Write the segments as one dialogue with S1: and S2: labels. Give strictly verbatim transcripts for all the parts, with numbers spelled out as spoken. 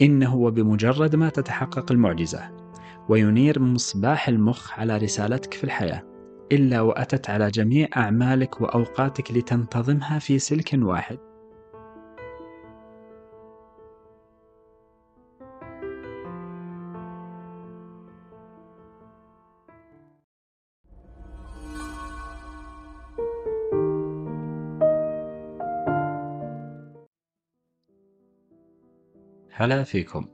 S1: إنه وبمجرد ما تتحقق المعجزة وينير مصباح المخ على رسالتك في الحياة، إلا وأتت على جميع أعمالك وأوقاتك لتنتظمها في سلك واحد. هلا فيكم.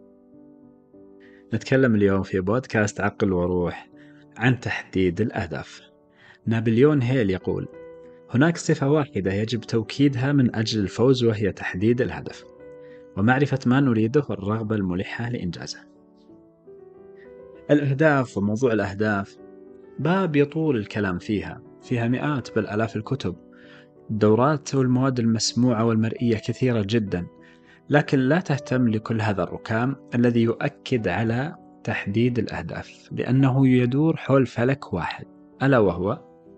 S1: نتكلم اليوم في بودكاست عقل وروح عن تحديد الأهداف. نابليون هيل يقول: هناك صفة واحدة يجب توكيدها من أجل الفوز، وهي تحديد الهدف ومعرفة ما نريده والرغبة الملحة لإنجازه. الأهداف وموضوع الأهداف باب يطول الكلام فيها، فيها مئات بل آلاف الكتب، الدورات والمواد المسموعة والمرئية كثيرة جدا، لكن لا تهتم لكل هذا الركام الذي يؤكد على تحديد الأهداف، لأنه يدور حول فلك واحد، ألا وهو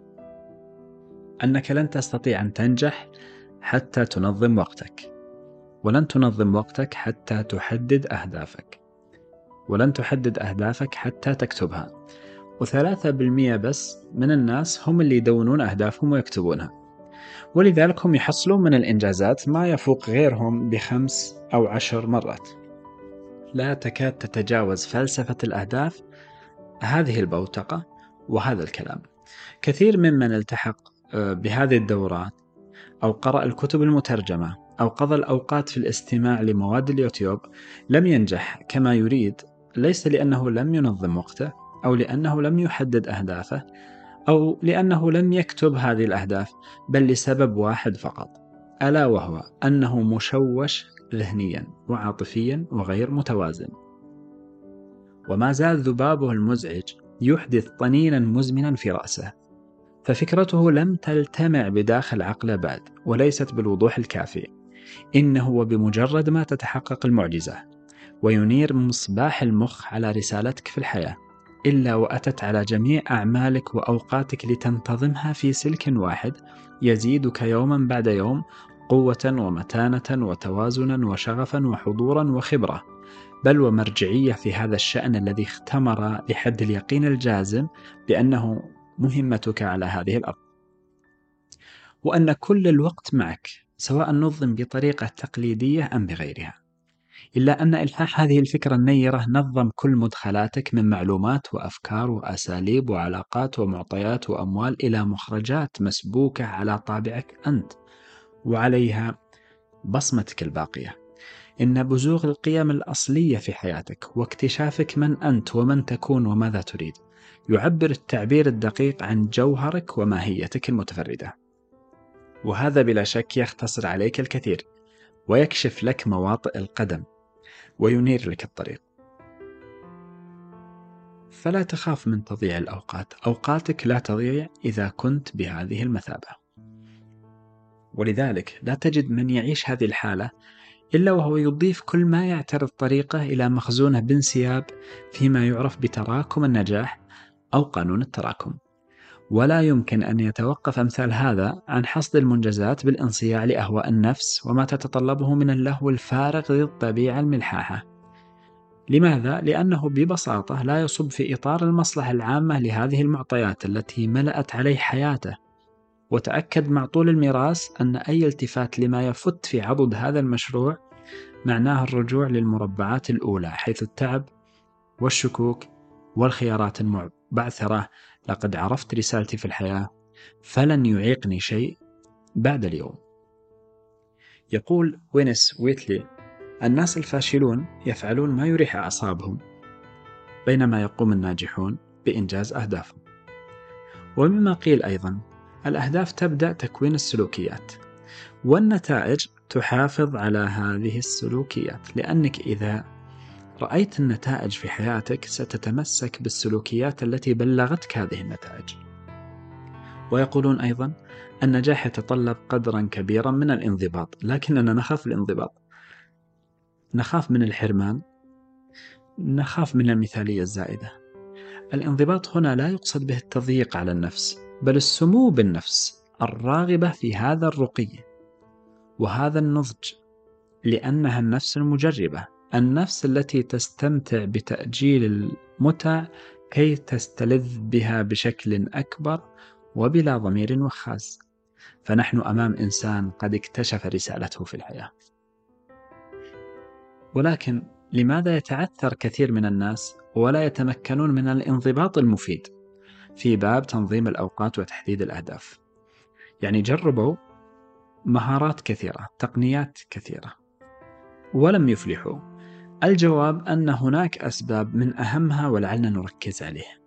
S1: أنك لن تستطيع أن تنجح حتى تنظم وقتك، ولن تنظم وقتك حتى تحدد أهدافك، ولن تحدد أهدافك حتى تكتبها. وثلاثة بالمئة بس من الناس هم اللي يدونون أهدافهم ويكتبونها، ولذلك هم يحصلون من الإنجازات ما يفوق غيرهم بخمس أو عشر مرات. لا تكاد تتجاوز فلسفة الأهداف هذه البوتقة وهذا الكلام. كثير ممن التحق بهذه الدورات أو قرأ الكتب المترجمة أو قضى الأوقات في الاستماع لمواد اليوتيوب لم ينجح كما يريد، ليس لأنه لم ينظم وقته أو لأنه لم يحدد أهدافه أو لأنه لم يكتب هذه الأهداف، بل لسبب واحد فقط، ألا وهو أنه مشوش ذهنيا وعاطفيا وغير متوازن. وما زال ذبابه المزعج يحدث طنينا مزمنا في رأسه، ففكرته لم تلتمع بداخل عقله بعد، وليست بالوضوح الكافي. إنه وبمجرد ما تتحقق المعجزة وينير مصباح المخ على رسالتك في الحياة، إلا وأتت على جميع أعمالك وأوقاتك لتنتظمها في سلك واحد يزيدك يوما بعد يوم قوة ومتانة وتوازنا وشغفا وحضورا وخبرة، بل ومرجعية في هذا الشأن الذي اختمر لحد اليقين الجازم بأنه مهمتك على هذه الأرض، وأن كل الوقت معك، سواء نظم بطريقة تقليدية أم بغيرها. إلا أن إلحاح هذه الفكرة النيرة نظم كل مدخلاتك من معلومات وأفكار وأساليب وعلاقات ومعطيات وأموال إلى مخرجات مسبوكة على طابعك أنت، وعليها بصمتك الباقية. إن بزوغ القيم الأصلية في حياتك واكتشافك من أنت ومن تكون وماذا تريد يعبر التعبير الدقيق عن جوهرك وماهيتك المتفردة، وهذا بلا شك يختصر عليك الكثير ويكشف لك مواطئ القدم وينير لك الطريق. فلا تخاف من تضييع الأوقات، أوقاتك لا تضيع إذا كنت بهذه المثابة. ولذلك لا تجد من يعيش هذه الحالة إلا وهو يضيف كل ما يعترض طريقه إلى مخزونه بانسياب فيما يعرف بتراكم النجاح أو قانون التراكم. ولا يمكن أن يتوقف أمثال هذا عن حصد المنجزات بالانصياع لأهواء النفس وما تتطلبه من اللهو الفارغ ذي الطبيعة الملحاحة. لماذا؟ لأنه ببساطة لا يصب في إطار المصلحة العامة لهذه المعطيات التي ملأت عليه حياته. وتأكد مع طول الميراث أن أي التفات لما يفت في عضد هذا المشروع معناه الرجوع للمربعات الأولى، حيث التعب والشكوك والخيارات المبعثرة: لقد عرفت رسالتي في الحياة، فلن يعيقني شيء بعد اليوم. يقول وينس ويتلي: الناس الفاشلون يفعلون ما يريح أعصابهم، بينما يقوم الناجحون بإنجاز أهدافهم. ومما قيل أيضا: الأهداف تبدأ تكوين السلوكيات، والنتائج تحافظ على هذه السلوكيات، لأنك إذا رأيت النتائج في حياتك ستتمسك بالسلوكيات التي بلغتك هذه النتائج. ويقولون أيضا: النجاح يتطلب قدرا كبيرا من الانضباط، لكننا نخاف الانضباط، نخاف من الحرمان، نخاف من المثالية الزائدة. الانضباط هنا لا يقصد به التضييق على النفس، بل السمو بالنفس الراغبة في هذا الرقي وهذا النضج، لأنها النفس المجربة النفس التي تستمتع بتأجيل المتع كي تستلذ بها بشكل أكبر وبلا ضمير وخاز. فنحن أمام إنسان قد اكتشف رسالته في الحياة. ولكن لماذا يتعثر كثير من الناس ولا يتمكنون من الانضباط المفيد في باب تنظيم الأوقات وتحديد الأهداف؟ يعني جربوا مهارات كثيرة، تقنيات كثيرة، ولم يفلحوا. الجواب أن هناك أسباب من أهمها ولعلنا نركز عليه.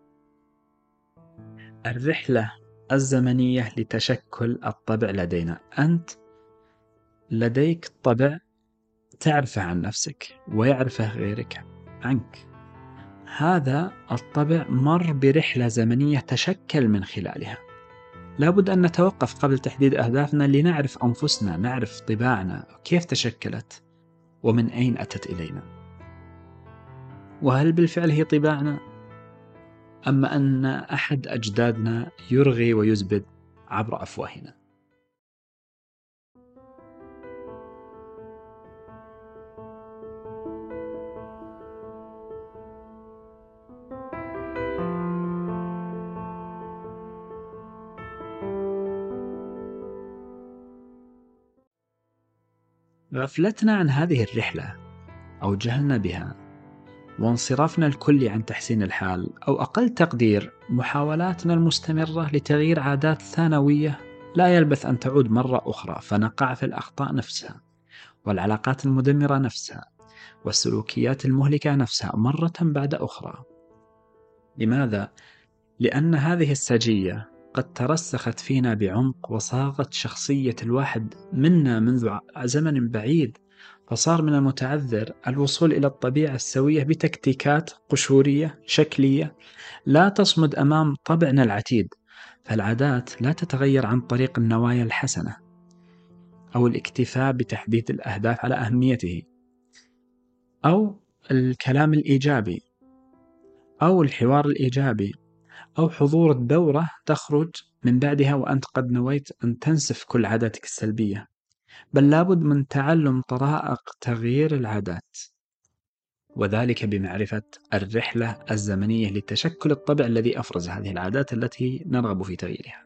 S1: الرحلة الزمنية لتشكل الطبع لدينا. أنت لديك طبع تعرفه عن نفسك ويعرفه غيرك عنك. هذا الطبع مر برحلة زمنية تشكل من خلالها. لابد أن نتوقف قبل تحديد أهدافنا لنعرف أنفسنا، نعرف طباعنا كيف تشكلت ومن أين أتت إلينا، وهل بالفعل هي طباعنا أما أن أحد أجدادنا يرغي ويزبد عبر أفواهنا. غفلتنا عن هذه الرحلة أو جهلنا بها وانصرافنا الكلي عن تحسين الحال، أو أقل تقدير محاولاتنا المستمرة لتغيير عادات ثانوية لا يلبث أن تعود مرة أخرى، فنقع في الأخطاء نفسها والعلاقات المدمرة نفسها والسلوكيات المهلكة نفسها مرة بعد أخرى. لماذا؟ لأن هذه السجية قد ترسخت فينا بعمق وصاغت شخصية الواحد منا منذ زمن بعيد، فصار من المتعذر الوصول إلى الطبيعة السوية بتكتيكات قشورية شكلية لا تصمد أمام طبعنا العتيد. فالعادات لا تتغير عن طريق النوايا الحسنة أو الاكتفاء بتحديد الأهداف على أهميته أو الكلام الإيجابي أو الحوار الإيجابي أو حضور الدورة تخرج من بعدها وأنت قد نويت أن تنسف كل عاداتك السلبية، بل لابد من تعلم طرائق تغيير العادات، وذلك بمعرفة الرحلة الزمنية لتشكل الطبع الذي أفرز هذه العادات التي نرغب في تغييرها.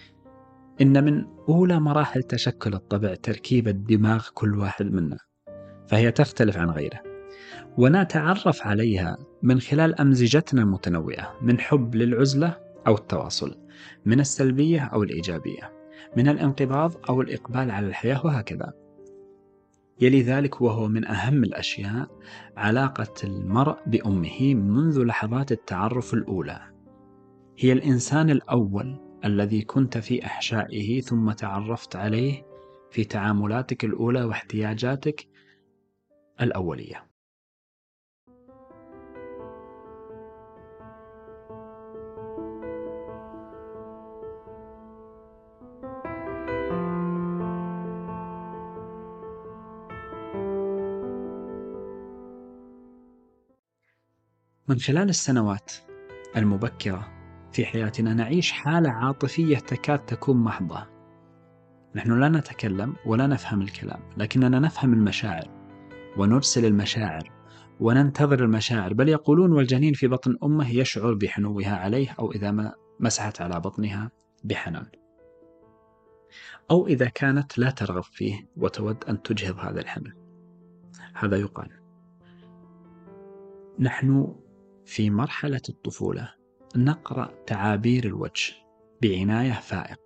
S1: إن من أولى مراحل تشكل الطبع تركيب الدماغ كل واحد منا، فهي تختلف عن غيره، ونتعرف عليها من خلال أمزجتنا المتنوعة من حب للعزلة أو التواصل، من السلبية أو الإيجابية، من الانقباض أو الإقبال على الحياة، وهكذا. يلي ذلك وهو من أهم الأشياء علاقة المرء بأمه منذ لحظات التعرف الأولى. هي الإنسان الأول الذي كنت في أحشائه ثم تعرفت عليه في تعاملاتك الأولى واحتياجاتك الأولية. من خلال السنوات المبكرة في حياتنا نعيش حالة عاطفية تكاد تكون محضة. نحن لا نتكلم ولا نفهم الكلام، لكننا نفهم المشاعر ونرسل المشاعر وننتظر المشاعر، بل يقولون والجنين في بطن أمه يشعر بحنوها عليه، أو إذا ما مسحت على بطنها بحنان، أو إذا كانت لا ترغب فيه وتود أن تجهض هذا الحمل. هذا يقال. نحن في مرحلة الطفولة نقرأ تعابير الوجه بعناية فائقة،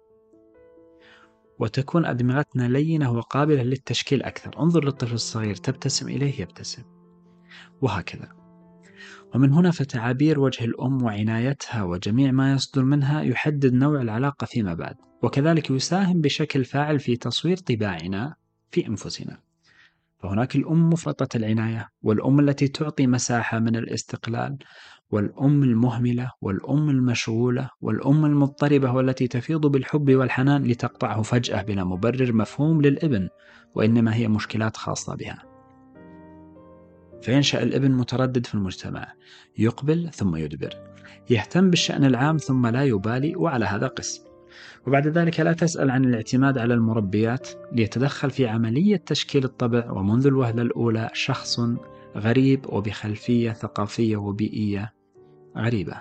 S1: وتكون أدمغتنا لينة وقابلة للتشكيل أكثر. انظر للطفل الصغير، تبتسم إليه يبتسم، وهكذا. ومن هنا فتعابير وجه الأم وعنايتها وجميع ما يصدر منها يحدد نوع العلاقة فيما بعد، وكذلك يساهم بشكل فاعل في تصوير طباعنا في أنفسنا. فهناك الأم مفرطة العناية، والأم التي تعطي مساحة من الاستقلال، والأم المهملة، والأم المشغولة، والأم المضطربة، والتي تفيض بالحب والحنان لتقطعه فجأة بلا مبرر مفهوم للابن، وإنما هي مشكلات خاصة بها. فينشأ الابن متردد في المجتمع، يقبل ثم يدبر، يهتم بالشأن العام ثم لا يبالي، وعلى هذا قس. وبعد ذلك لا تسأل عن الاعتماد على المربيات ليتدخل في عملية تشكيل الطبع، ومنذ الوهلة الأولى شخص غريب وبخلفية ثقافية وبيئية غريبة.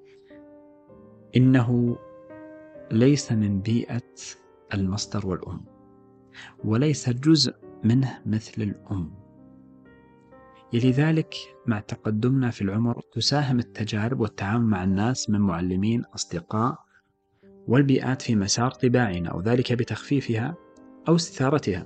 S1: إنه ليس من بيئة المصدر والأم، وليس جزء منه مثل الأم. لذلك مع تقدمنا في العمر تساهم التجارب والتعامل مع الناس من معلمين، أصدقاء، والبيئات في مسار طباعنا، وذلك بتخفيفها أو استثارتها.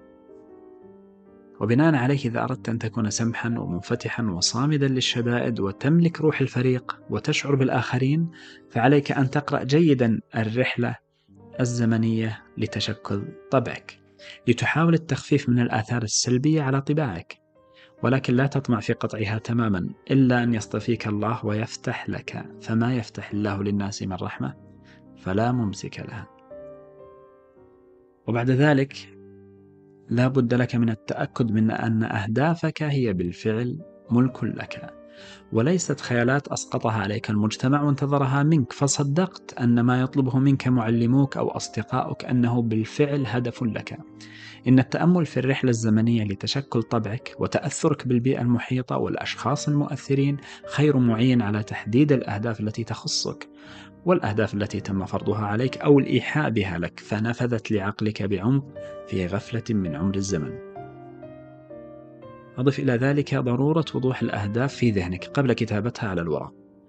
S1: وبناء عليه إذا أردت أن تكون سمحا ومنفتحا وصامدا للشدائد وتملك روح الفريق وتشعر بالآخرين، فعليك أن تقرأ جيدا الرحلة الزمنية لتشكل طبعك، لتحاول التخفيف من الآثار السلبية على طباعك، ولكن لا تطمع في قطعها تماما إلا أن يصطفيك الله ويفتح لك، فما يفتح الله للناس من رحمة فلا ممسك لها. وبعد ذلك لا بد لك من التأكد من أن أهدافك هي بالفعل ملك لك، وليست خيالات أسقطها عليك المجتمع وانتظرها منك فصدقت أن ما يطلبه منك معلموك أو أصدقائك أنه بالفعل هدف لك. إن التأمل في الرحلة الزمنية لتشكل طبعك وتأثرك بالبيئة المحيطة والأشخاص المؤثرين خير معين على تحديد الأهداف التي تخصك، والأهداف التي تم فرضها عليك أو الإيحاء بها لك فنفذت لعقلك بعمق في غفلة من عمر الزمن. أضف إلى ذلك ضرورة وضوح الأهداف في ذهنك قبل كتابتها على الورق.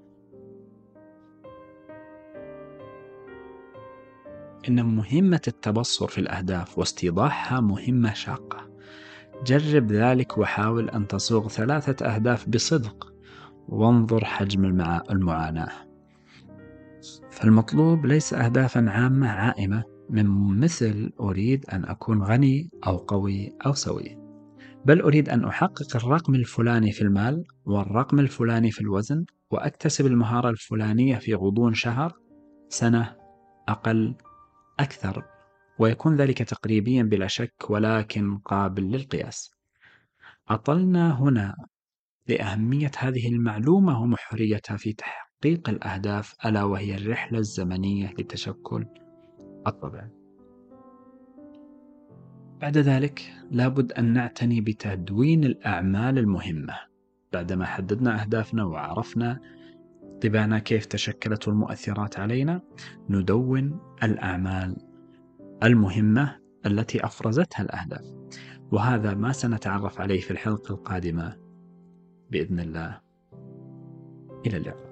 S1: إن مهمة التبصر في الأهداف واستيضاحها مهمة شاقة. جرب ذلك وحاول أن تصوغ ثلاثة أهداف بصدق، وانظر حجم المع... المعاناة. فالمطلوب ليس أهدافا عامة عائمة من مثل أريد أن أكون غني أو قوي أو سوي، بل أريد أن أحقق الرقم الفلاني في المال والرقم الفلاني في الوزن، وأكتسب المهارة الفلانية في غضون شهر، سنة، أقل، أكثر، ويكون ذلك تقريبيا بلا شك ولكن قابل للقياس. أطلنا هنا لأهمية هذه المعلومة ومحوريتها في تحقيق الأهداف، ألا وهي الرحلة الزمنية لتشكل الطبع. بعد ذلك لابد أن نعتني بتدوين الأعمال المهمة. بعدما حددنا أهدافنا وعرفنا طباعنا كيف تشكلت المؤثرات علينا، ندون الأعمال المهمة التي أفرزتها الأهداف، وهذا ما سنتعرف عليه في الحلقة القادمة بإذن الله. إلى اللقاء.